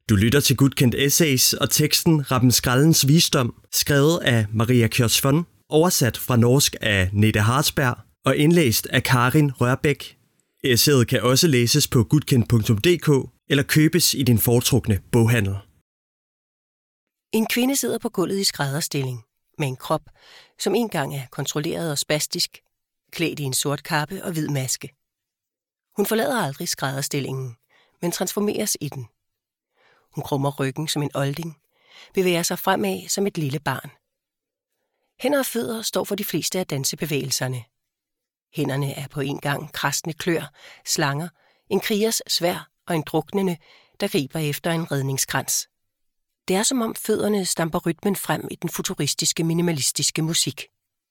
Du lytter til Gudkendt Essays og teksten Rappenskraldens Visdom, skrevet af Maria Kjørsvon, oversat fra norsk af Nette Harsberg og indlæst af Karin Rørbæk. Essayet kan også læses på gudkendt.dk eller købes i din foretrukne boghandel. En kvinde sidder på gulvet i skrædderstilling med en krop, som engang er kontrolleret og spastisk, klædt i en sort kappe og hvid maske. Hun forlader aldrig skrædderstillingen, men transformeres i den. Hun krummer ryggen som en olding, bevæger sig fremad som et lille barn. Hænder og fødder står for de fleste af dansebevægelserne. Hænderne er på en gang krasne klør, slanger, en krigers sværd og en druknende, der griber efter en redningskrans. Det er som om fødderne stamper rytmen frem i den futuristiske, minimalistiske musik.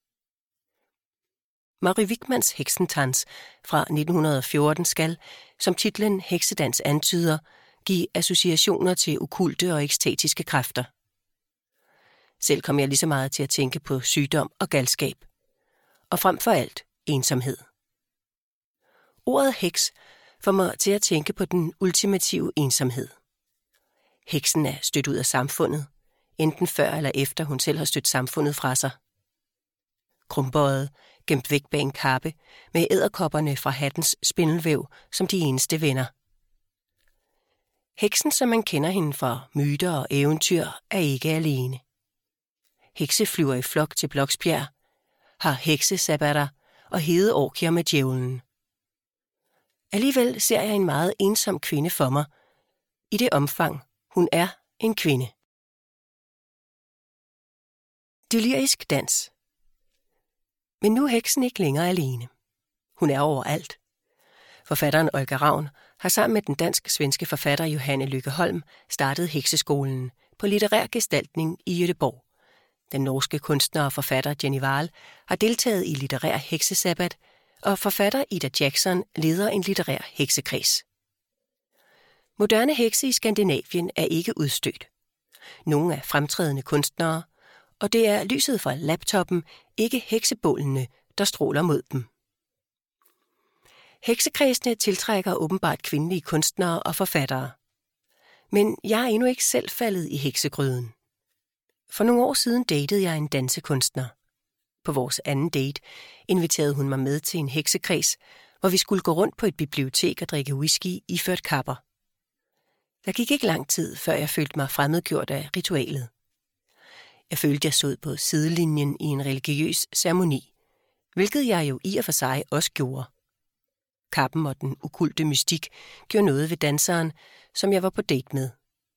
Mary Wickmans Hexentanz fra 1914 skal, som titlen Heksedans antyder, give associationer til okkulte og ekstatiske kræfter. Selv kom jeg lige så meget til at tænke på sygdom og galskab. Og frem for alt ensomhed. Ordet heks får mig til at tænke på den ultimative ensomhed. Heksen er stødt ud af samfundet, enten før eller efter hun selv har stødt samfundet fra sig. Krumbøjet, gemt væk bag en kappe, med edderkopperne fra hattens spindelvæv som de eneste venner. Heksen, som man kender hende fra myter og eventyr, er ikke alene. Hekse flyver i flok til Bloksbjerg, har heksesabbater og hedeorgier med djævlen. Alligevel ser jeg en meget ensom kvinde for mig, i det omfang hun er en kvinde. Delirisk dans. Men nu er heksen ikke længere alene. Hun er overalt. Forfatteren Olga Ravn har sammen med den dansk-svenske forfatter Johanne Lykke Holm startet Hekseskolen på litterær gestaltning i Göteborg. Den norske kunstner og forfatter Jenny Wahl har deltaget i litterær heksesabbat, og forfatter Ida Jackson leder en litterær heksekreds. Moderne hekse i Skandinavien er ikke udstødt. Nogle er fremtrædende kunstnere, og det er lyset fra laptoppen, ikke heksebålene, der stråler mod dem. Heksekredsene tiltrækker åbenbart kvindelige kunstnere og forfattere. Men jeg er endnu ikke selv faldet i heksegryden. For nogle år siden datede jeg en dansekunstner. På vores anden date inviterede hun mig med til en heksekreds, hvor vi skulle gå rundt på et bibliotek og drikke whisky iført kapper. Der gik ikke lang tid, før jeg følte mig fremmedgjort af ritualet. Jeg følte, jeg stod på sidelinjen i en religiøs ceremoni, hvilket jeg jo i og for sig også gjorde. Kappen og den okkulte mystik gjorde noget ved danseren, som jeg var på date med.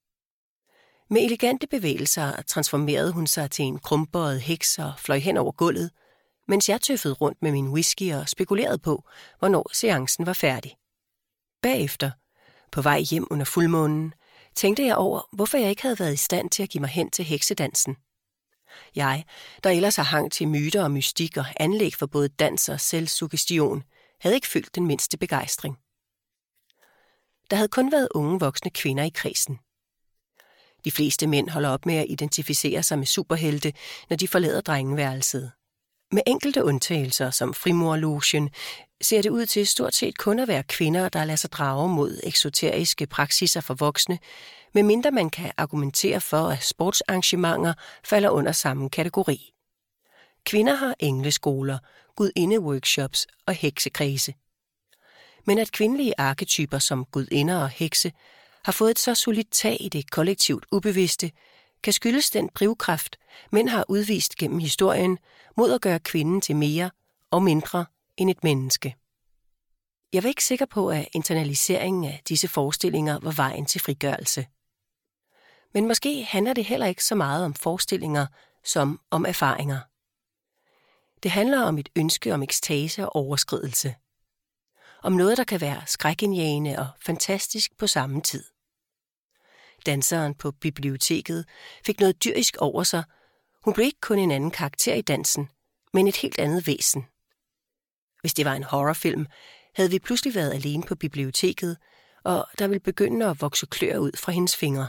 Med elegante bevægelser transformerede hun sig til en krumbøjet heks og fløj hen over gulvet, mens jeg tøffede rundt med min whisky og spekulerede på, hvornår seancen var færdig. Bagefter, på vej hjem under fuldmånen, tænkte jeg over, hvorfor jeg ikke havde været i stand til at give mig hen til heksedansen. Jeg, der ellers har hang til myter og mystik og anlæg for både dans og selvsuggestion, havde ikke følt den mindste begejstring. Der havde kun været unge voksne kvinder i kredsen. De fleste mænd holder op med at identificere sig med superhelte, når de forlader drengeværelset. Med enkelte undtagelser, som frimurlogen, ser det ud til stort set kun at være kvinder, der lader sig drage mod eksoteriske praksiser for voksne, medmindre man kan argumentere for, at sportsarrangementer falder under samme kategori. Kvinder har engleskoler, gudinde-workshops og heksekredse. Men at kvindelige arketyper som gudinder og hekse har fået et så solidt tag i det kollektivt ubevidste, kan skyldes den drivkraft, mænd har udvist gennem historien mod at gøre kvinden til mere og mindre end et menneske. Jeg var ikke sikker på, at internaliseringen af disse forestillinger var vejen til frigørelse. Men måske handler det heller ikke så meget om forestillinger som om erfaringer. Det handler om et ønske om ekstase og overskridelse. Om noget, der kan være skrækindjagende og fantastisk på samme tid. Danseren på biblioteket fik noget dyrisk over sig. Hun blev ikke kun en anden karakter i dansen, men et helt andet væsen. Hvis det var en horrorfilm, havde vi pludselig været alene på biblioteket, og der ville begynde at vokse klør ud fra hendes fingre.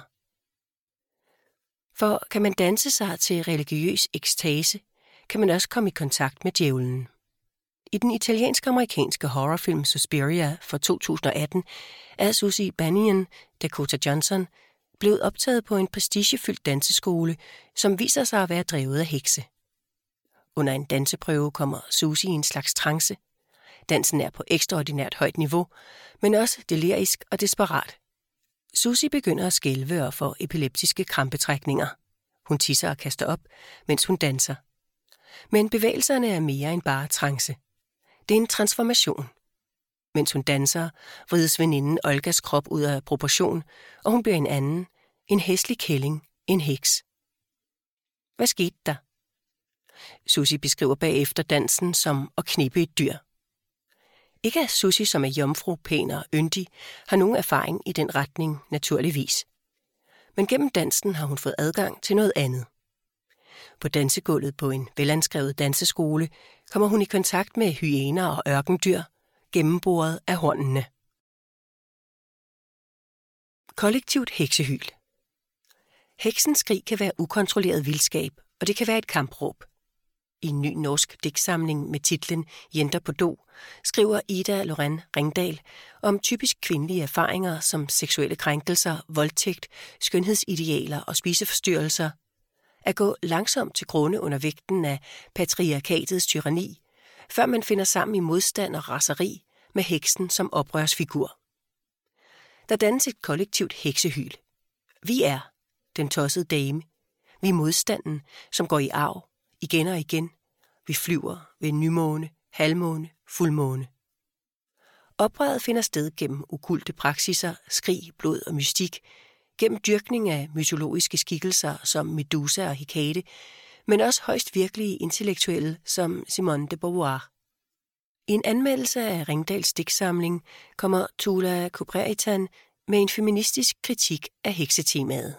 For kan man danse sig til religiøs ekstase, kan man også komme i kontakt med djævlen. I den italiensk-amerikanske horrorfilm Suspiria fra 2018 er Susie Bannion, Dakota Johnson, blevet optaget på en prestigefyldt danseskole, som viser sig at være drevet af hekse. Under en danseprøve kommer Susie i en slags trance. Dansen er på ekstraordinært højt niveau, men også delirisk og desperat. Susie begynder at skælve og får epileptiske krampetrækninger. Hun tisser og kaster op, mens hun danser. Men bevægelserne er mere end bare trance. Det er en transformation. Mens hun danser, vrides veninden Olgas krop ud af proportion, og hun bliver en anden, en hæslig kælling, en heks. Hvad skete der? Susie beskriver bagefter dansen som at knippe et dyr. Ikke at Susie, som er jomfru, pæn og yndig, har nogen erfaring i den retning, naturligvis. Men gennem dansen har hun fået adgang til noget andet. På dansegulvet på en velanskrevet danseskole kommer hun i kontakt med hyæner og ørkendyr, gennemboret af hornene. Kollektivt heksehyl. Heksens skrig kan være ukontrolleret vildskab, og det kan være et kampråb. I en ny norsk digtsamling med titlen Jenter på do skriver Ida Lorraine Ringdal om typisk kvindelige erfaringer som seksuelle krænkelser, voldtægt, skønhedsidealer og spiseforstyrrelser. At gå langsomt til grunde under vægten af patriarkatets tyranni, før man finder sammen i modstand og raseri med heksen som oprørsfigur. Der dannes et kollektivt heksehyl. Vi er den tossede dame. Vi er modstanden, som går i arv, igen og igen. Vi flyver ved nymåne, halvmåne, fuldmåne. Oprøret finder sted gennem okkulte praksiser, skrig, blod og mystik, gennem dyrkning af mytologiske skikkelser som Medusa og Hekate, men også højst virkelige intellektuelle som Simone de Beauvoir. I en anmeldelse af Ringdals digtsamling kommer Tula Kubreritan med en feministisk kritik af heksetemaet.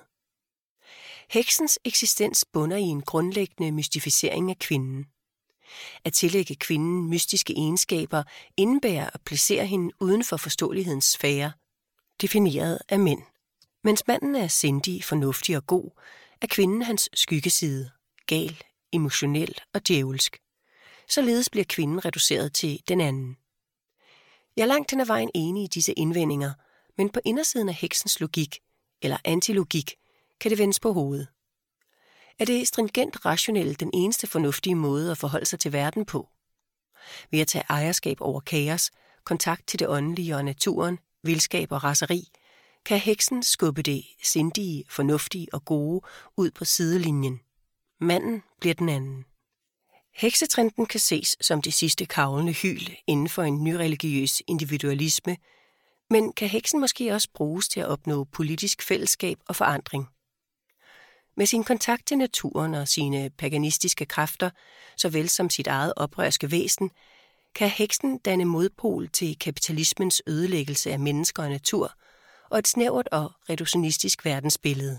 Heksens eksistens bunder i en grundlæggende mystificering af kvinden. At tillægge kvinden mystiske egenskaber indebærer at placere hende uden for forståelighedens sfære, defineret af mænd. Mens manden er sindig, fornuftig og god, er kvinden hans skyggeside, gal, emotionel og djævelsk. Således bliver kvinden reduceret til den anden. Jeg er langt hen ad vejen enig i disse indvendinger, men på indersiden af heksens logik, eller antilogik, kan det vendes på hovedet. Er det stringent rationelle den eneste fornuftige måde at forholde sig til verden på? Ved at tage ejerskab over kaos, kontakt til det åndelige og naturen, vildskab og raseri, kan heksen skubbe det sindige, fornuftige og gode ud på sidelinjen. Manden bliver den anden. Heksetrenden kan ses som det sidste kavlende hyl inden for en nyreligiøs individualisme, men kan heksen måske også bruges til at opnå politisk fællesskab og forandring. Med sin kontakt til naturen og sine paganistiske kræfter, såvel som sit eget oprørske væsen, kan heksen danne modpol til kapitalismens ødelæggelse af mennesker og natur og et snævert og reduktionistisk verdensbillede.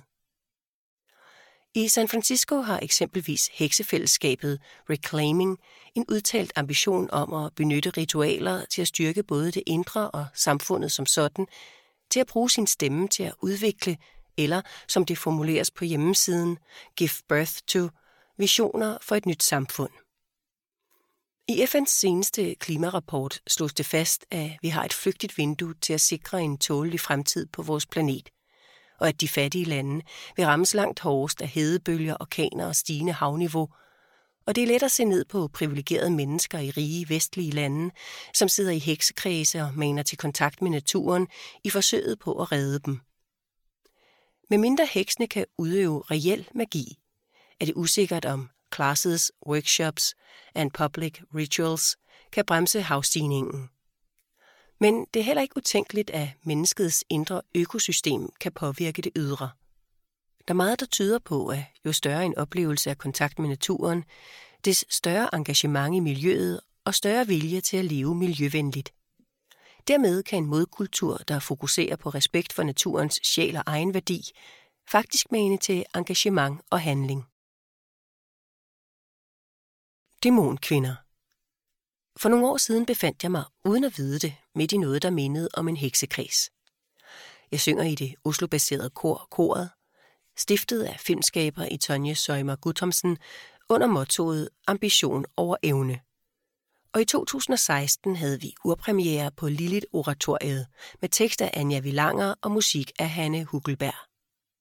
I San Francisco har eksempelvis heksefællesskabet Reclaiming en udtalt ambition om at benytte ritualer til at styrke både det indre og samfundet som sådan, til at bruge sin stemme til at udvikle, eller som det formuleres på hjemmesiden, give birth to, visioner for et nyt samfund. I FN's seneste klimarapport slås det fast, at vi har et flygtigt vindue til at sikre en tålelig fremtid på vores planet, og at de fattige lande vil rammes langt hårdest af hedebølger, orkaner og stigende havniveau, og det er let at se ned på privilegerede mennesker i rige vestlige lande, som sidder i heksekredse og maner til kontakt med naturen i forsøget på at redde dem. Medmindre heksene kan udøve reel magi, er det usikkert om classes, workshops and public rituals kan bremse havstigningen. Men det er heller ikke utænkeligt, at menneskets indre økosystem kan påvirke det ydre. Der er meget, der tyder på, at jo større en oplevelse af kontakt med naturen, des større engagement i miljøet og større vilje til at leve miljøvenligt. Dermed kan en modkultur, der fokuserer på respekt for naturens sjæl og egenværdi, faktisk mane til engagement og handling. Dæmonkvinder. For nogle år siden befandt jeg mig, uden at vide det, midt i noget, der mindede om en heksekreds. Jeg synger i det Oslo-baserede kor Koret, stiftet af filmskaber i Tonje Søjmer Guttormsen under mottoet Ambition over evne. Og i 2016 havde vi urpremiere på Lilith Oratoriet med tekst af Anja Villanger og musik af Hanne Huggelberg.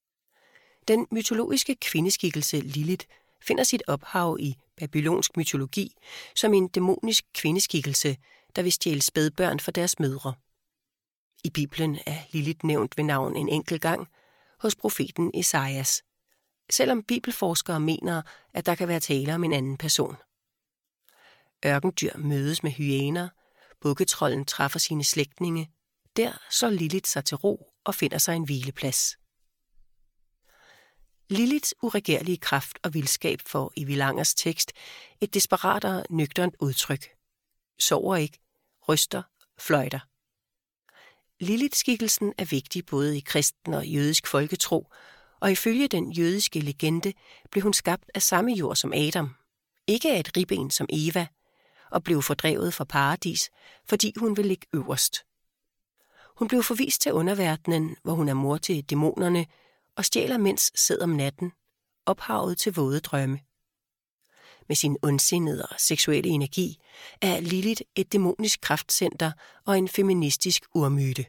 Den mytologiske kvindeskikkelse Lilith finder sit ophav i babylonsk mytologi som en dæmonisk kvindeskikkelse, der vil stjæle spædbørn for deres mødre. I Bibelen er Lilith nævnt ved navn en enkelt gang hos profeten Esajas, selvom bibelforskere mener, at der kan være tale om en anden person. Ørkendyr mødes med hyæner, bukketrolden træffer sine slægtninge, der slår Lilith sig til ro og finder sig en hvileplads. Liliths uregerlige kraft og vildskab får i Wilangers tekst et desperat og nøgternt udtryk. Sover ikke, ryster, fløjter. Lilith-skikkelsen er vigtig både i kristen og jødisk folketro, og ifølge den jødiske legende blev hun skabt af samme jord som Adam, ikke af et ribben som Eva, og blev fordrevet fra paradis, fordi hun ville ligge øverst. Hun blev forvist til underverdenen, hvor hun er mor til dæmonerne og stjæler mænds sæd om natten, ophavet til våde drømme. Med sin ondsindede og seksuelle energi er Lilith et dæmonisk kraftcenter og en feministisk urmyte.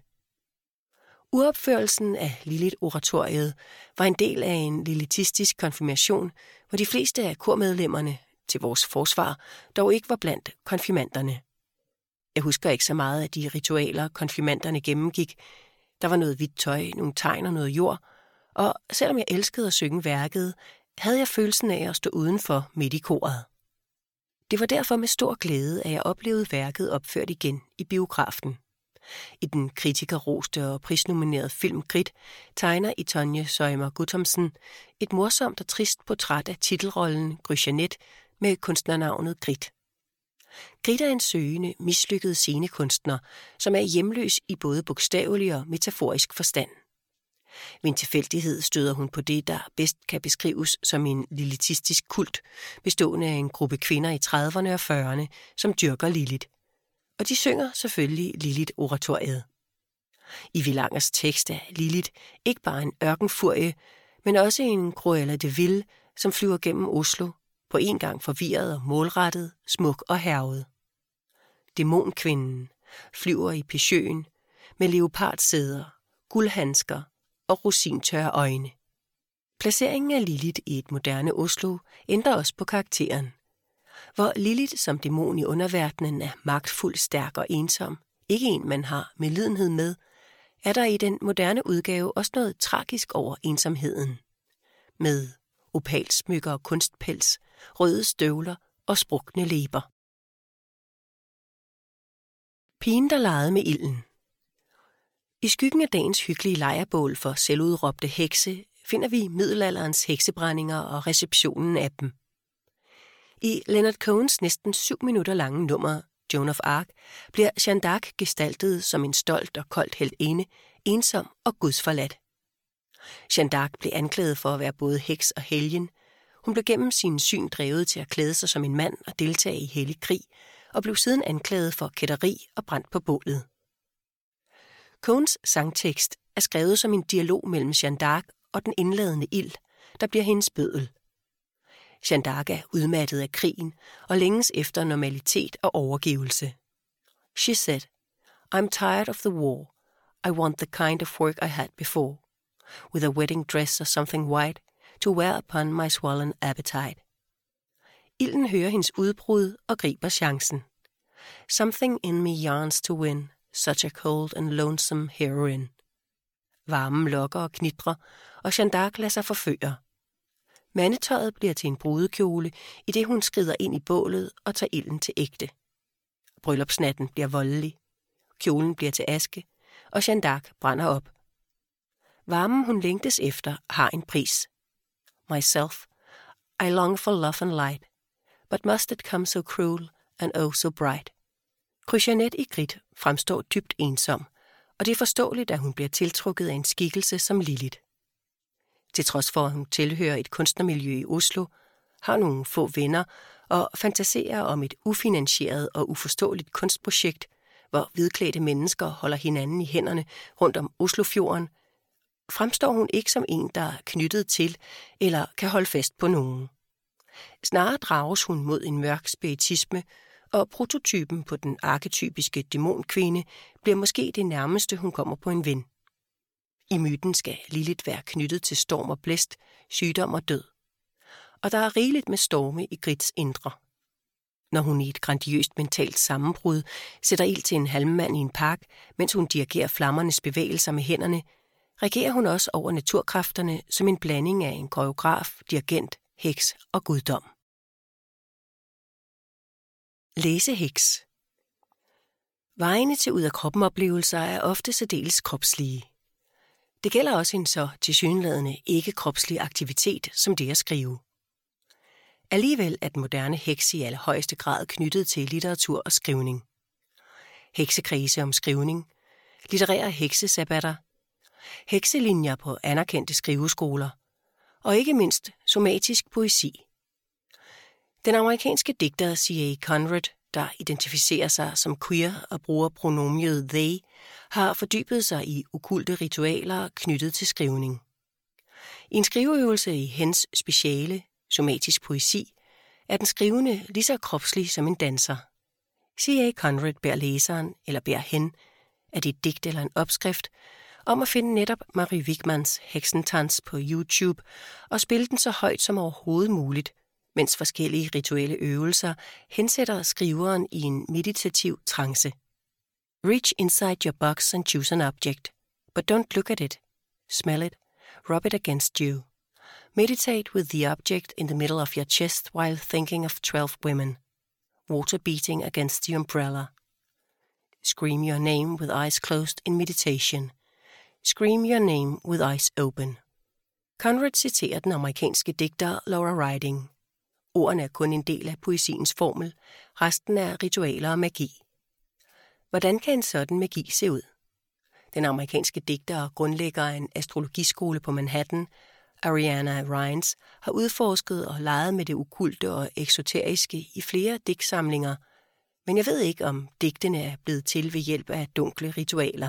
Uropførelsen af Lilith-oratoriet var en del af en lilithistisk konfirmation, hvor de fleste af kormedlemmerne til vores forsvar dog ikke var blandt konfirmanderne. Jeg husker ikke så meget af de ritualer, konfirmanderne gennemgik. Der var noget hvidt tøj, nogle tegn og noget jord, og selvom jeg elskede at synge værket, havde jeg følelsen af at stå udenfor midt i koret. Det var derfor med stor glæde, at jeg oplevede værket opført igen i biografen. I den kritikerroste og prisnominerede film Grit tegner Tonje Søimer Guttormsen et morsomt og trist portræt af titelrollen Gry Jeanette med kunstnernavnet Grit. Grit er en søgende, mislykket scenekunstner, som er hjemløs i både bogstavelig og metaforisk forstand. Ved en tilfældighed støder hun på det, der bedst kan beskrives som en lilithistisk kult, bestående af en gruppe kvinder i 30'erne og 40'erne, som dyrker Lilith. Og de synger selvfølgelig Lilith-oratoriet. I Wilangers tekst er Lilith ikke bare en ørkenfurie, men også en Cruella de Vil, som flyver gennem Oslo, på en gang forvirret og målrettet, smuk og hærget. Dæmonkvinden flyver i Peugeoten med leopardsæder, guldhandsker og rosintørre øjne. Placeringen af Lilith i et moderne Oslo ændrer også på karakteren. Hvor Lilith som dæmon i underverdenen er magtfuld, stærk og ensom, ikke en man har medlidenhed med, er der i den moderne udgave også noget tragisk over ensomheden. Med opalsmykker og kunstpels, røde støvler og sprukne læber. Pigen, der legede med ilden. I skyggen af dagens hyggelige lejrbål for selvudråbte hekse finder vi middelalderens heksebrændinger og receptionen af dem. I Leonard Cohens næsten 7 minutter lange nummer Joan of Arc bliver Jeanne d'Arc gestaltet som en stolt og koldt heltinde, ensom og gudsforladt. Jeanne d'Arc blev anklaget for at være både heks og helgen. Hun blev gennem sin syn drevet til at klæde sig som en mand og deltage i hellig krig, og blev siden anklaget for kætteri og brændt på bålet. Cohens sangtekst er skrevet som en dialog mellem Jeanne d'Arc og den indladende ild, der bliver hendes bøddel. Jeanne d'Arc er udmattet af krigen og længes efter normalitet og overgivelse. She said, I'm tired of the war. I want the kind of work I had before, with a wedding dress or something white to wear upon my swollen appetite. Ilden hører hendes udbrud og griber chancen. Something in me yearns to win, such a cold and lonesome heroine. Varmen lokker og knitrer, og Jeanne d'Arc lader sig forføre. Mandetøjet bliver til en brudekjole, i det hun skrider ind i bålet og tager ilden til ægte. Bryllupsnatten bliver voldelig. Kjolen bliver til aske, og Jeanne d'Arc brænder op. Varmen, hun længtes efter, har en pris. Myself, I long for love and light, but must it come so cruel and oh so bright. Gry Jeanette i Grit fremstår dybt ensom, og det er forståeligt, at hun bliver tiltrukket af en skikkelse som Lilith. Til trods for, at hun tilhører et kunstnermiljø i Oslo, har nogle få venner og fantaserer om et ufinansieret og uforståeligt kunstprojekt, hvor hvidklædte mennesker holder hinanden i hænderne rundt om Oslofjorden, fremstår hun ikke som en, der er knyttet til eller kan holde fast på nogen. Snarere drages hun mod en mørk spiritisme, og prototypen på den arketypiske dæmonkvinde bliver måske det nærmeste, hun kommer på en ven. I myten skal Lilith være knyttet til storm og blæst, sygdom og død. Og der er rigeligt med storme i Grits indre. Når hun i et grandiøst mentalt sammenbrud sætter ild til en halmmand i en park, mens hun dirigerer flammernes bevægelser med hænderne, regerer hun også over naturkræfterne som en blanding af en koreograf, dirigent, heks og guddom. Læseheks. Vejene til ud af kroppen oplevelser er ofte særdeles kropslige. Det gælder også en så tilsyneladende ikke-kropslig aktivitet som det at skrive. Alligevel er den moderne heks i allerhøjeste grad knyttet til litteratur og skrivning. Heksekrise om skrivning, litterære heksesabbater, hekselinjer på anerkendte skriveskoler og ikke mindst somatisk poesi. Den amerikanske digter C.A. Conrad, der identificerer sig som queer og bruger pronomiet they, har fordybet sig i okkulte ritualer knyttet til skrivning. I en skriveøvelse i hens speciale, somatisk poesi, er den skrivende lige så kropslig som en danser. C.A. Conrad beder læseren, eller beder hen, er det et digt eller en opskrift, om at finde netop Marie Wigmans Hexentanz på YouTube og spille den så højt som overhovedet muligt, mens forskellige rituelle øvelser hensætter skriveren i en meditativ trance. Reach inside your box and choose an object, but don't look at it. Smell it. Rub it against you. Meditate with the object in the middle of your chest while thinking of 12 women. Water beating against the umbrella. Scream your name with eyes closed in meditation. Scream your name with eyes open. Conrad citerer den amerikanske digter Laura Riding. Ordene er kun en del af poesiens formel, resten er ritualer og magi. Hvordan kan en sådan magi se ud? Den amerikanske digter og grundlægger af en astrologiskole på Manhattan, Ariana Rines, har udforsket og leget med det okkulte og eksoteriske i flere digtsamlinger, men jeg ved ikke, om digtene er blevet til ved hjælp af dunkle ritualer.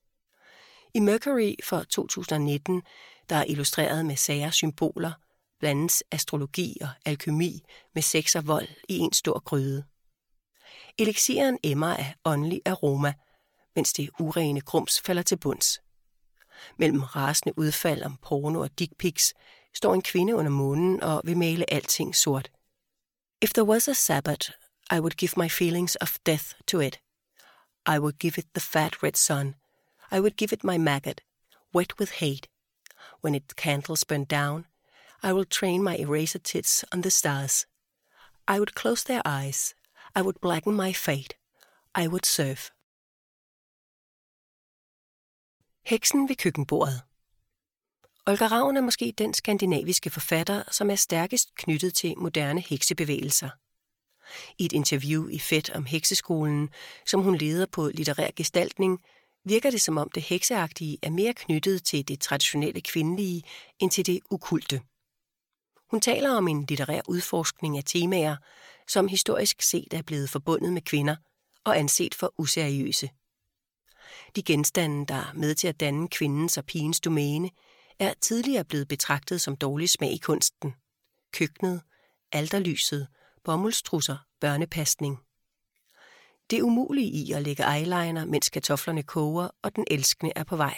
I Mercury for 2019, der er illustreret med sære symboler, blandes astrologi og alkymi med sex og vold i en stor gryde. Elixiren emmer af åndelig aroma, mens det urene grums falder til bunds. Mellem rasende udfald om porno og dickpics står en kvinde under månen og vil male alting sort. If there was a Sabbath, I would give my feelings of death to it. I would give it the fat red sun. I would give it my maggot, wet with hate. When its candles burn down, I will train my eraser tits on the stars. I would close their eyes. I would blacken my fate. I would serve. Heksen ved køkkenbordet. Olga Ravn er måske den skandinaviske forfatter, som er stærkest knyttet til moderne heksebevægelser. I et interview i Fedt om hekseskolen, som hun leder på litterær gestaltning, virker det som om det hekseagtige er mere knyttet til det traditionelle kvindelige end til det okkulte. Hun taler om en litterær udforskning af temaer, som historisk set er blevet forbundet med kvinder og anset for useriøse. De genstande, der er med til at danne kvindens og pigens domæne, er tidligere blevet betragtet som dårlig smag i kunsten. Køkkenet, alterlyset, bomuldstrusser, børnepasning. Det er umuligt i at lægge eyeliner, mens kartoflerne koger og den elskende er på vej.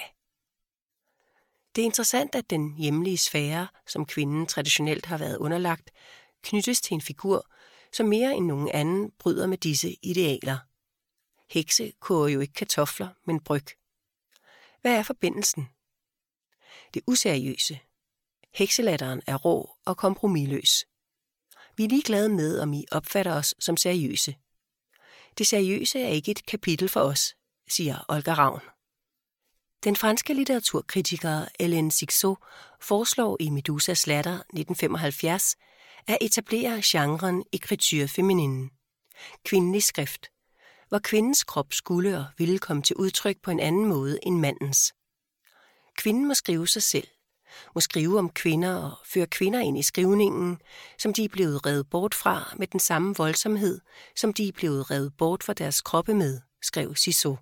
Det er interessant, at den hjemlige sfære, som kvinden traditionelt har været underlagt, knyttes til en figur, som mere end nogen anden bryder med disse idealer. Hekse koger jo ikke kartofler, men bryg. Hvad er forbindelsen? Det useriøse. Hekselatteren er rå og kompromisløs. Vi er ligeglade med, om I opfatter os som seriøse. Det seriøse er ikke et kapitel for os, siger Olga Ravn. Den franske litteraturkritiker Hélène Cixous foreslår i Medusas latter 1975 at etablere genren écriture féminine, kvindelig skrift, hvor kvindens krop skulle og ville komme til udtryk på en anden måde end mandens. Kvinden må skrive sig selv, må skrive om kvinder og føre kvinder ind i skrivningen, som de er blevet revet bort fra med den samme voldsomhed, som de er blevet revet bort fra deres kroppe med, skrev Cixous.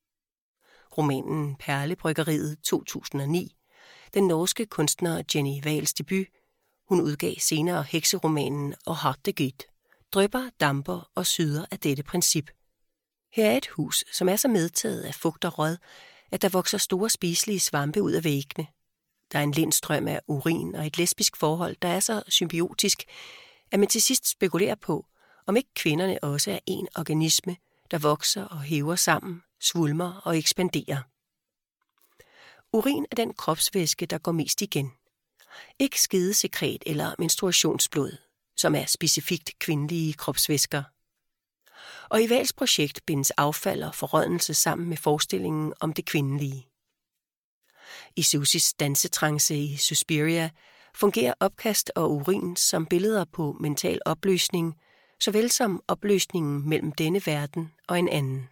Romanen Perlebryggeriet 2009, den norske kunstner Jenny Wahls debut, hun udgav senere hekseromanen Og Hartegyt, drypper, damper og syder af dette princip. Her er et hus, som er så medtaget af fugt og råd, at der vokser store spiselige svampe ud af væggene. Der er en lindstrøm af urin og et lesbisk forhold, der er så symbiotisk, at man til sidst spekulerer på, om ikke kvinderne også er en organisme, der vokser og hæver sammen, svulmer og ekspanderer. Urin er den kropsvæske, der går mest igen. Ikke skidesekret eller menstruationsblod, som er specifikt kvindelige kropsvæsker. Og i Wahls projekt bindes affald og forrådnelse sammen med forestillingen om det kvindelige. I Susies dansetrance i Suspiria fungerer opkast og urin som billeder på mental opløsning, såvel som opløsningen mellem denne verden og en anden.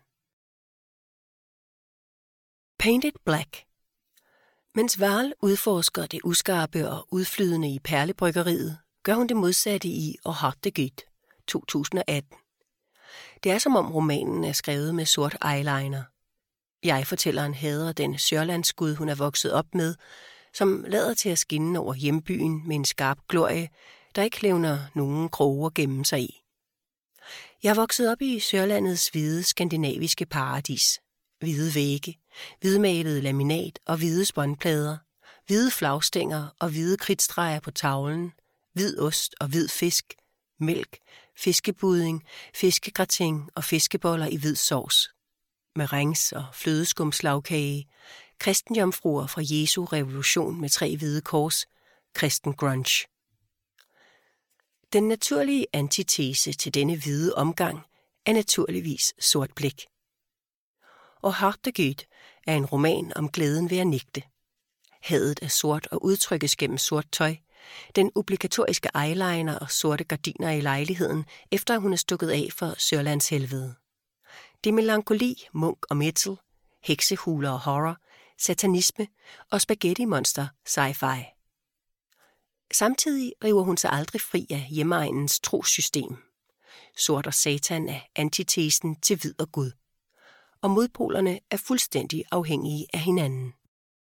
Painted Black. Mens Wahl udforsker det uskarpe og udflydende i perlebryggeriet, gør hun det modsatte i Og Harte Gyd, 2018. Det er som om romanen er skrevet med sort eyeliner. Jeg-fortælleren hader den sørlandsgud, hun er vokset op med, som lader til at skinne over hjembyen med en skarp glorie, der ikke levner nogen kroge at gemme sig i. Jeg er vokset op i Sørlandets hvide skandinaviske paradis. Hvide vægge, hvidmalet laminat og hvide spåndplader, hvide flagstænger og hvide kridtstreger på tavlen, hvid ost og hvid fisk, mælk, fiskebudding, fiskegratin og fiskeboller i hvid sovs. Meringues og flødeskumslagkage, kristenjomfruer fra Jesu revolution med 3 hvide kors, kristen grunge. Den naturlige antitese til denne hvide omgang er naturligvis sort blik. Og Harte Gyd er en roman om glæden ved at nægte. Hadet er sort og udtrykkes gennem sort tøj, den obligatoriske eyeliner og sorte gardiner i lejligheden, efter hun er stukket af for Sørlandshelvede. Det er melankoli, munk og metal, heksehuler og horror, satanisme og spaghetti-monster sci-fi. Samtidig river hun sig aldrig fri af hjemmeegnens trossystem. Sort og satan er antitesen til hvid og Gud. Og modpolerne er fuldstændig afhængige af hinanden.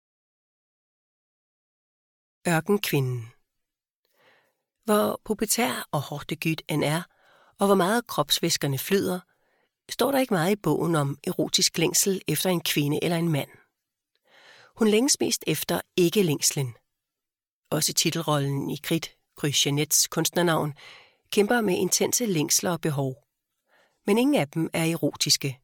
Ørkenkvinden. Hvor pubertær og Harte Gyd end er, og hvor meget kropsvæskerne flyder, står der ikke meget i bogen om erotisk længsel efter en kvinde eller en mand. Hun længes mest efter ikke-længslen. Også titelrollen i Grit, Jeanettes kunstnernavn, kæmper med intense længsler og behov. Men ingen af dem er erotiske.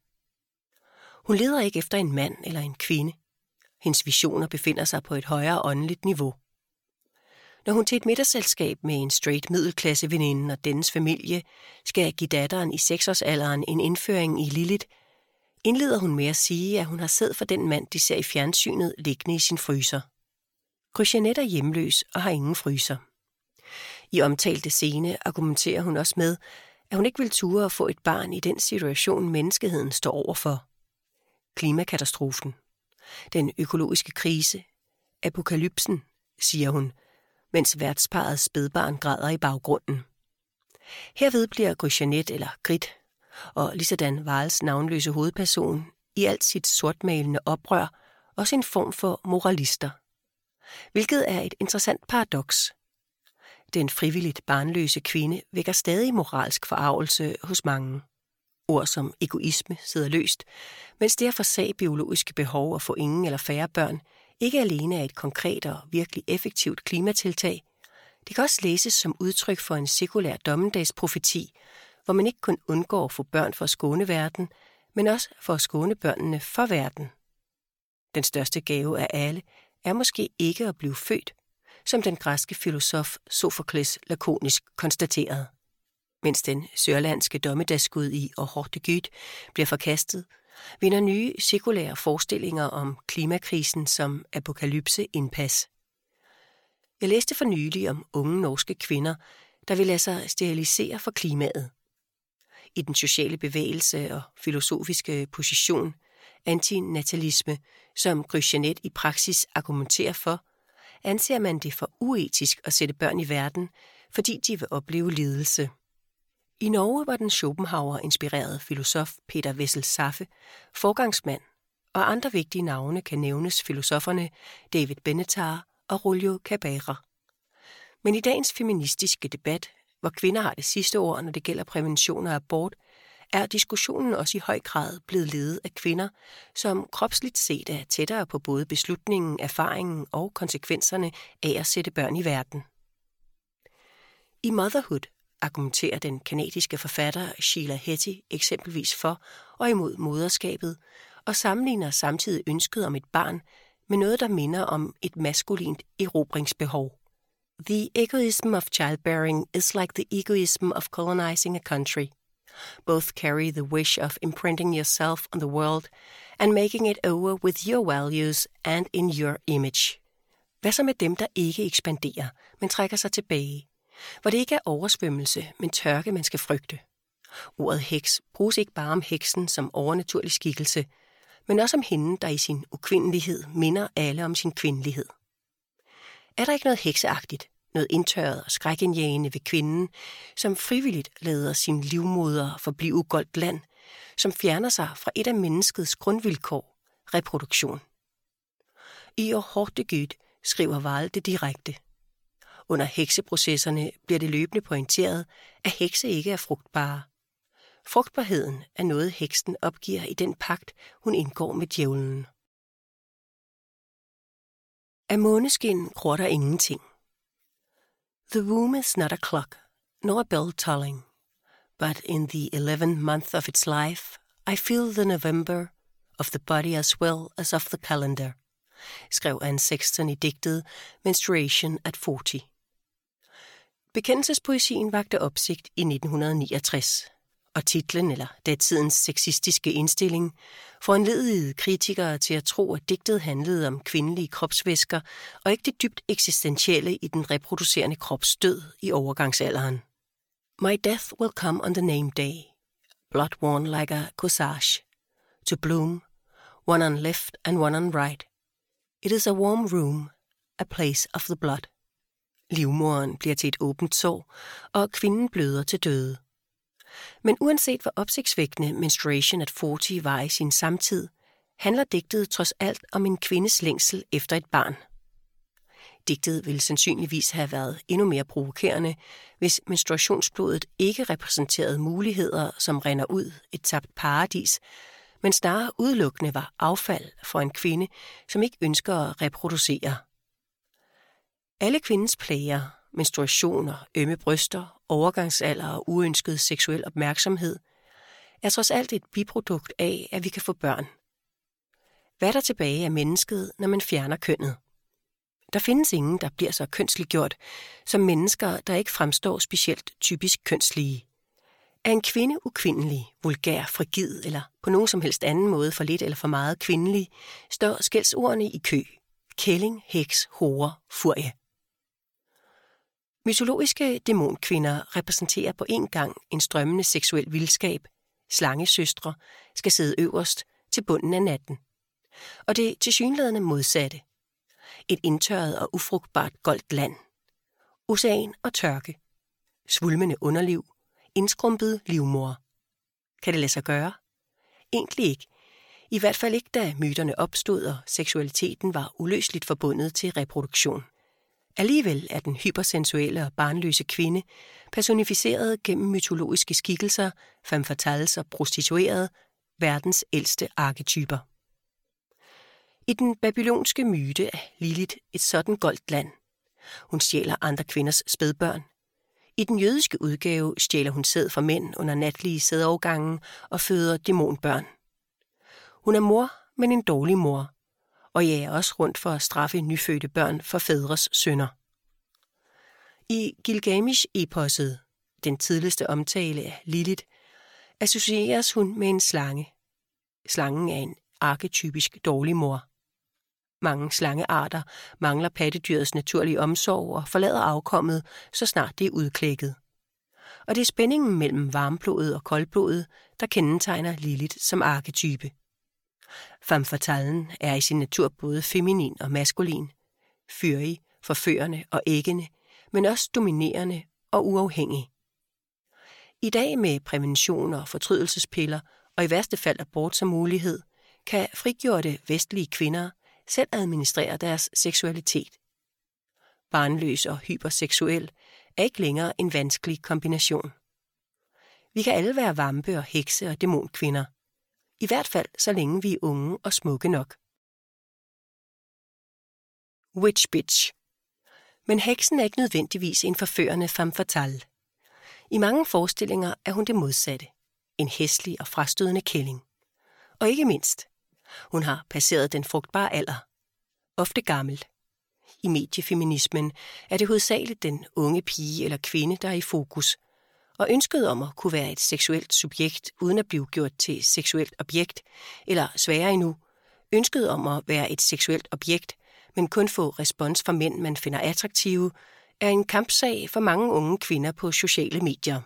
Hun leder ikke efter en mand eller en kvinde. Hendes visioner befinder sig på et højere åndeligt niveau. Når hun til et middagsselskab med en straight middelklasse veninde og dennes familie skal give datteren i 6-årsalderen en indføring i Lilith, indleder hun med at sige, at hun har sæd for den mand, de ser i fjernsynet liggende i sin fryser. Jeanette er hjemløs og har ingen fryser. I omtalte scene argumenterer hun også med, at hun ikke vil ture at få et barn i den situation, menneskeheden står overfor. Klimakatastrofen, den økologiske krise, apokalypsen, siger hun, mens værtsparrets spædbarn græder i baggrunden. Herved bliver Jeanette eller Grit, og ligesådan Wahls navnløse hovedperson, i alt sit sortmalende oprør, også en form for moralister. Hvilket er et interessant paradoks. Den frivilligt barnløse kvinde vækker stadig moralsk forargelse hos mange. Ord som egoisme sidder løst, mens det at forsage biologiske behov og få ingen eller færre børn ikke alene er et konkret og virkelig effektivt klimatiltag. Det kan også læses som udtryk for en sekulær dommedagsprofeti, hvor man ikke kun undgår at få børn for at skåne verden, men også for at skåne børnene for verden. Den største gave af alle er måske ikke at blive født, som den græske filosof Sofokles lakonisk konstaterede. Mens den sørlandske dommedagsgud i Og Harte Gyd bliver forkastet, vinder nye sekulære forestillinger om klimakrisen som apokalypse indpas. Jeg læste for nylig om unge norske kvinder, der vil lade sig sterilisere for klimaet. I den sociale bevægelse og filosofiske position, antinatalisme, som Jeanette i praksis argumenterer for, anser man det for uetisk at sætte børn i verden, fordi de vil opleve lidelse. I Norge var den Schopenhauer-inspirerede filosof Peter Wessel Saffe forgangsmand, og andre vigtige navne kan nævnes filosoferne David Benatar og Rollo Cabrera. Men i dagens feministiske debat, hvor kvinder har det sidste ord, når det gælder prævention og abort, er diskussionen også i høj grad blevet ledet af kvinder, som kropsligt set er tættere på både beslutningen, erfaringen og konsekvenserne af at sætte børn i verden. I Motherhood argumenterer den kanadiske forfatter Sheila Heti eksempelvis for og imod moderskabet, og sammenligner samtidig ønsket om et barn med noget, der minder om et maskulint erobringsbehov. The egoism of childbearing is like the egoism of colonizing a country. Both carry the wish of imprinting yourself on the world and making it over with your values and in your image. Hvad så med dem, der ikke ekspanderer, men trækker sig tilbage? Hvor det ikke er oversvømmelse, men tørke, man skal frygte. Ordet heks bruges ikke bare om heksen som overnaturlig skikkelse, men også om hende, der i sin ukvindelighed minder alle om sin kvindelighed. Er der ikke noget hekseagtigt, noget indtørret og skrækindjagende ved kvinden, som frivilligt lader sin livmoder forblive goldt land, som fjerner sig fra et af menneskets grundvilkår, reproduktion? I Horte Gud skriver Wahl det direkte. Under hekseprocesserne bliver det løbende pointeret, at hekse ikke er frugtbare. Frugtbarheden er noget, heksen opgiver i den pagt, hun indgår med djævlen. Af måneskin gror der ingenting. The womb is not a clock, nor a bell tolling, but in the 11th month of its life, I feel the November of the body as well as of the calendar, skrev Anne Sexton i digtet Menstruation at 40. Bekendelsespoesien vakte opsigt i 1969, og titlen, eller datidens sexistiske indstilling, foranledigede kritikere til at tro, at digtet handlede om kvindelige kropsvæsker og ikke det dybt eksistentielle i den reproducerende krops død i overgangsalderen. My death will come on the name day, blood worn like a corsage, to bloom, one on left and one on right. It is a warm room, a place of the blood. Livmoderen bliver til et åbent sår, og kvinden bløder til døde. Men uanset hvor opsigtsvækkende Menstruation at 40 var i sin samtid, handler digtet trods alt om en kvindes længsel efter et barn. Digtet ville sandsynligvis have været endnu mere provokerende, hvis menstruationsblodet ikke repræsenterede muligheder, som rinder ud et tabt paradis, men snarere udelukkende var affald for en kvinde, som ikke ønsker at reproducere. Alle kvindens plager, menstruationer, ømme bryster, overgangsalder og uønsket seksuel opmærksomhed, er trods alt et biprodukt af, at vi kan få børn. Hvad er der tilbage af mennesket, når man fjerner kønnet? Der findes ingen, der bliver så kønsliggjort, som mennesker, der ikke fremstår specielt typisk kønslige. Er en kvinde ukvindelig, vulgær, frigid eller på nogen som helst anden måde for lidt eller for meget kvindelig, står skældsordene i kø. Kælling, heks, hore, furie. Mytologiske dæmonkvinder repræsenterer på en gang en strømmende seksuel vildskab. Slangesøstre skal sidde øverst til bunden af natten. Og det tilsyneladende modsatte. Et indtørret og ufrugtbart goldt land. Ocean og tørke. Svulmende underliv. Indskrumpet livmor. Kan det lade sig gøre? Egentlig ikke. I hvert fald ikke, da myterne opstod, og seksualiteten var uløseligt forbundet til reproduktion. Alligevel er den hypersensuelle og barnløse kvinde personificeret gennem mytologiske skikkelser, femme fatales og prostituerede, verdens ældste arketyper. I den babylonske myte er Lilith et sådan goldt land. Hun stjæler andre kvinders spædbørn. I den jødiske udgave stjæler hun sæd fra mænd under natlige sædovergange og føder dæmonbørn. Hun er mor, men en dårlig mor, og jager også rundt for at straffe nyfødte børn for fædres synder. I Gilgamesh-eposset, den tidligste omtale af Lilith, associeres hun med en slange. Slangen er en arketypisk dårlig mor. Mange slangearter mangler pattedyrets naturlige omsorg og forlader afkommet, så snart det er udklækket. Og det er spændingen mellem varmblodet og koldblodet, der kendetegner Lilith som arketype. Femme fatalen er i sin natur både feminin og maskulin, fyrig, forførende og æggende, men også dominerende og uafhængig. I dag med prævention og fortrydelsespiller, og i værste fald abort som mulighed, kan frigjorte vestlige kvinder selv administrere deres seksualitet. Barnløs og hyperseksuel er ikke længere en vanskelig kombination. Vi kan alle være vampe og hekse og dæmonkvinder. I hvert fald, så længe vi er unge og smukke nok. Witch bitch. Men heksen er ikke nødvendigvis en forførende femme fatale. I mange forestillinger er hun det modsatte. En hæslig og frastødende kælling. Og ikke mindst, hun har passeret den frugtbare alder. Ofte gammel. I mediefeminismen er det hovedsageligt den unge pige eller kvinde, der er i fokus, og ønsket om at kunne være et seksuelt subjekt uden at blive gjort til seksuelt objekt, eller sværere endnu, ønsket om at være et seksuelt objekt, men kun få respons fra mænd, man finder attraktive, er en kampsag for mange unge kvinder på sociale medier.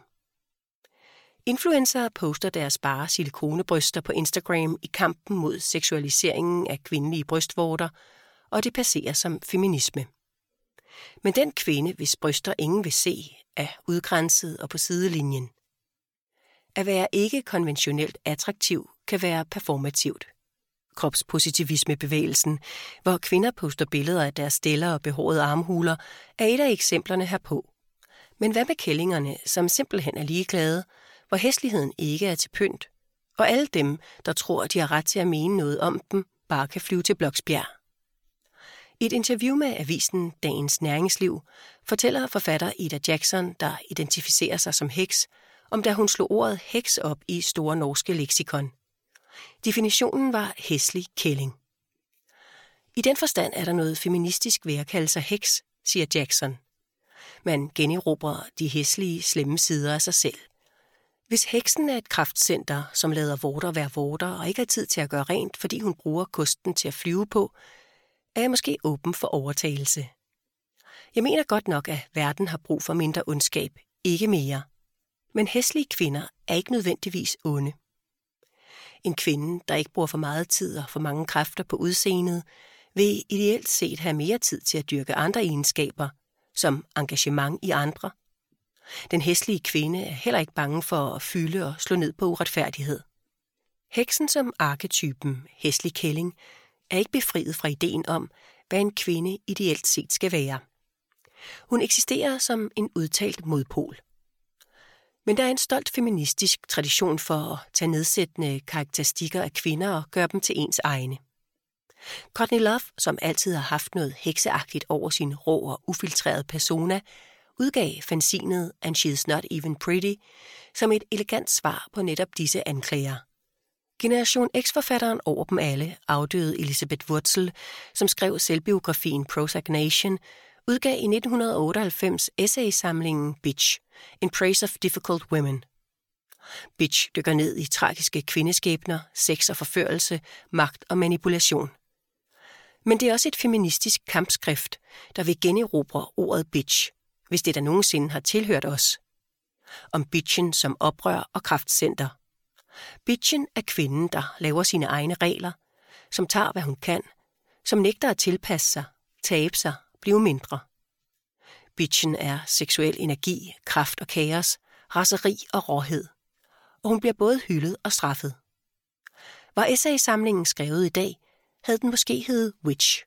Influencere poster deres bare silikonebryster på Instagram i kampen mod seksualiseringen af kvindelige brystvorter, og det passerer som feminisme. Men den kvinde, hvis bryster ingen vil se, er udgrænset og på sidelinjen. At være ikke konventionelt attraktiv kan være performativt. Kropspositivismebevægelsen, hvor kvinder poster billeder af deres steller og behårede armhuler, er et af eksemplerne herpå. Men hvad med kællingerne, som simpelthen er ligeglade, hvor hæsligheden ikke er til pynt, og alle dem, der tror, de har ret til at mene noget om dem, bare kan flyve til Bloksbjerg? I et interview med avisen Dagens Næringsliv fortæller forfatter Ida Jackson, der identificerer sig som heks, om da hun slog ordet heks op i Store Norske Leksikon. Definitionen var hæslig kælling. I den forstand er der noget feministisk ved at kalde sig heks, siger Jackson. Man generobrer de hæslige, slemme sider af sig selv. Hvis heksen er et kraftcenter, som lader vorter være vorter og ikke har tid til at gøre rent, fordi hun bruger kosten til at flyve på, er jeg måske åben for overtagelse. Jeg mener godt nok, at verden har brug for mindre ondskab, ikke mere. Men hæslige kvinder er ikke nødvendigvis onde. En kvinde, der ikke bruger for meget tid og for mange kræfter på udseendet, vil ideelt set have mere tid til at dyrke andre egenskaber, som engagement i andre. Den hæslige kvinde er heller ikke bange for at fylde og slå ned på uretfærdighed. Heksen som arketypen hæslig kælling er ikke befriet fra ideen om, hvad en kvinde ideelt set skal være. Hun eksisterer som en udtalt modpol. Men der er en stolt feministisk tradition for at tage nedsættende karakteristikker af kvinder og gøre dem til ens egne. Courtney Love, som altid har haft noget hekseagtigt over sin rå og ufiltrerede persona, udgav fanzinet And She's Not Even Pretty som et elegant svar på netop disse anklager. Generation X-forfatteren over dem alle, afdøde Elisabeth Wurtzel, som skrev selvbiografien Prozac Nation, udgav i 1998 essaysamlingen Bitch, In Praise of Difficult Women. Bitch dykker ned i tragiske kvindeskæbner, sex og forførelse, magt og manipulation. Men det er også et feministisk kampskrift, der vil generobre ordet bitch, hvis det der nogensinde har tilhørt os. Om bitchen som oprør og kraftcenter. Bitchen er kvinden, der laver sine egne regler, som tager, hvad hun kan, som nægter at tilpasse sig, tabe sig, blive mindre. Bitchen er seksuel energi, kraft og kaos, raseri og råhed. Og hun bliver både hyldet og straffet. Var essaysamlingen skrevet i dag, havde den måske heddet Witch.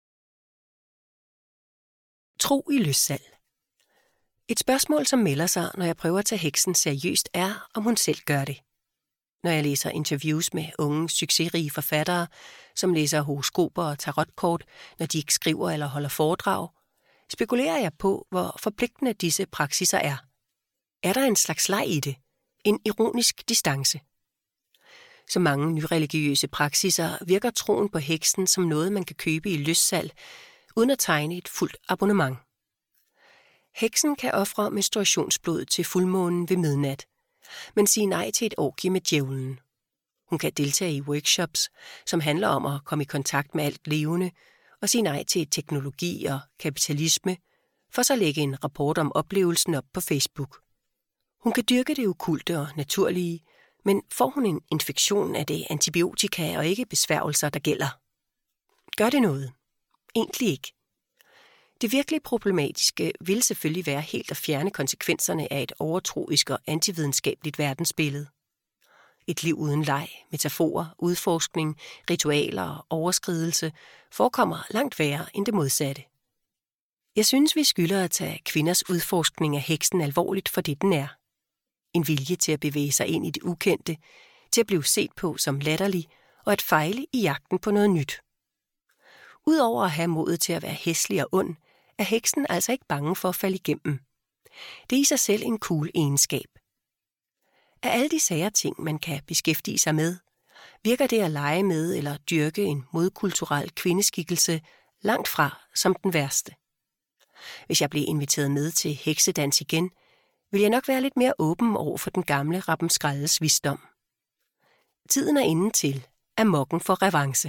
Tro i løssalg. Et spørgsmål, som melder sig, når jeg prøver at tage heksen seriøst, er, om hun selv gør det. Når jeg læser interviews med unge, succesrige forfattere, som læser horoskoper og tarotkort, når de ikke skriver eller holder foredrag, spekulerer jeg på, hvor forpligtende disse praksiser er. Er der en slags leg i det? En ironisk distance? Som mange nyreligiøse praksiser virker troen på heksen som noget, man kan købe i løssalg, uden at tegne et fuldt abonnement. Heksen kan ofre menstruationsblod til fuldmånen ved midnat, men sige nej til et orgie med djævlen. Hun kan deltage i workshops, som handler om at komme i kontakt med alt levende, og sige nej til teknologi og kapitalisme, for så lægge en rapport om oplevelsen op på Facebook. Hun kan dyrke det okulte og naturlige, men får hun en infektion af det antibiotika og ikke besværgelser, der gælder? Gør det noget? Egentlig ikke. Det virkelig problematiske vil selvfølgelig være helt at fjerne konsekvenserne af et overtroisk og antividenskabeligt verdensbillede. Et liv uden leg, metaforer, udforskning, ritualer og overskridelse forekommer langt værre end det modsatte. Jeg synes, vi skylder at tage kvinders udforskning af heksen alvorligt for det, den er. En vilje til at bevæge sig ind i det ukendte, til at blive set på som latterlig og at fejle i jagten på noget nyt. Udover at have modet til at være hæslig og ond, er heksen altså ikke bange for at falde igennem. Det er i sig selv en cool egenskab. Af alle de sære ting, man kan beskæftige sig med, virker det at lege med eller dyrke en modkulturel kvindeskikkelse langt fra som den værste. Hvis jeg blev inviteret med til heksedans igen, vil jeg nok være lidt mere åben over for den gamle Rappenskraldes visdom. Tiden er inde til, at Mokken får revanche.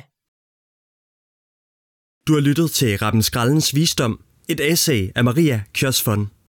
Du har lyttet til Rappenskraldens visdom, et essay af Maria Kjørsvon.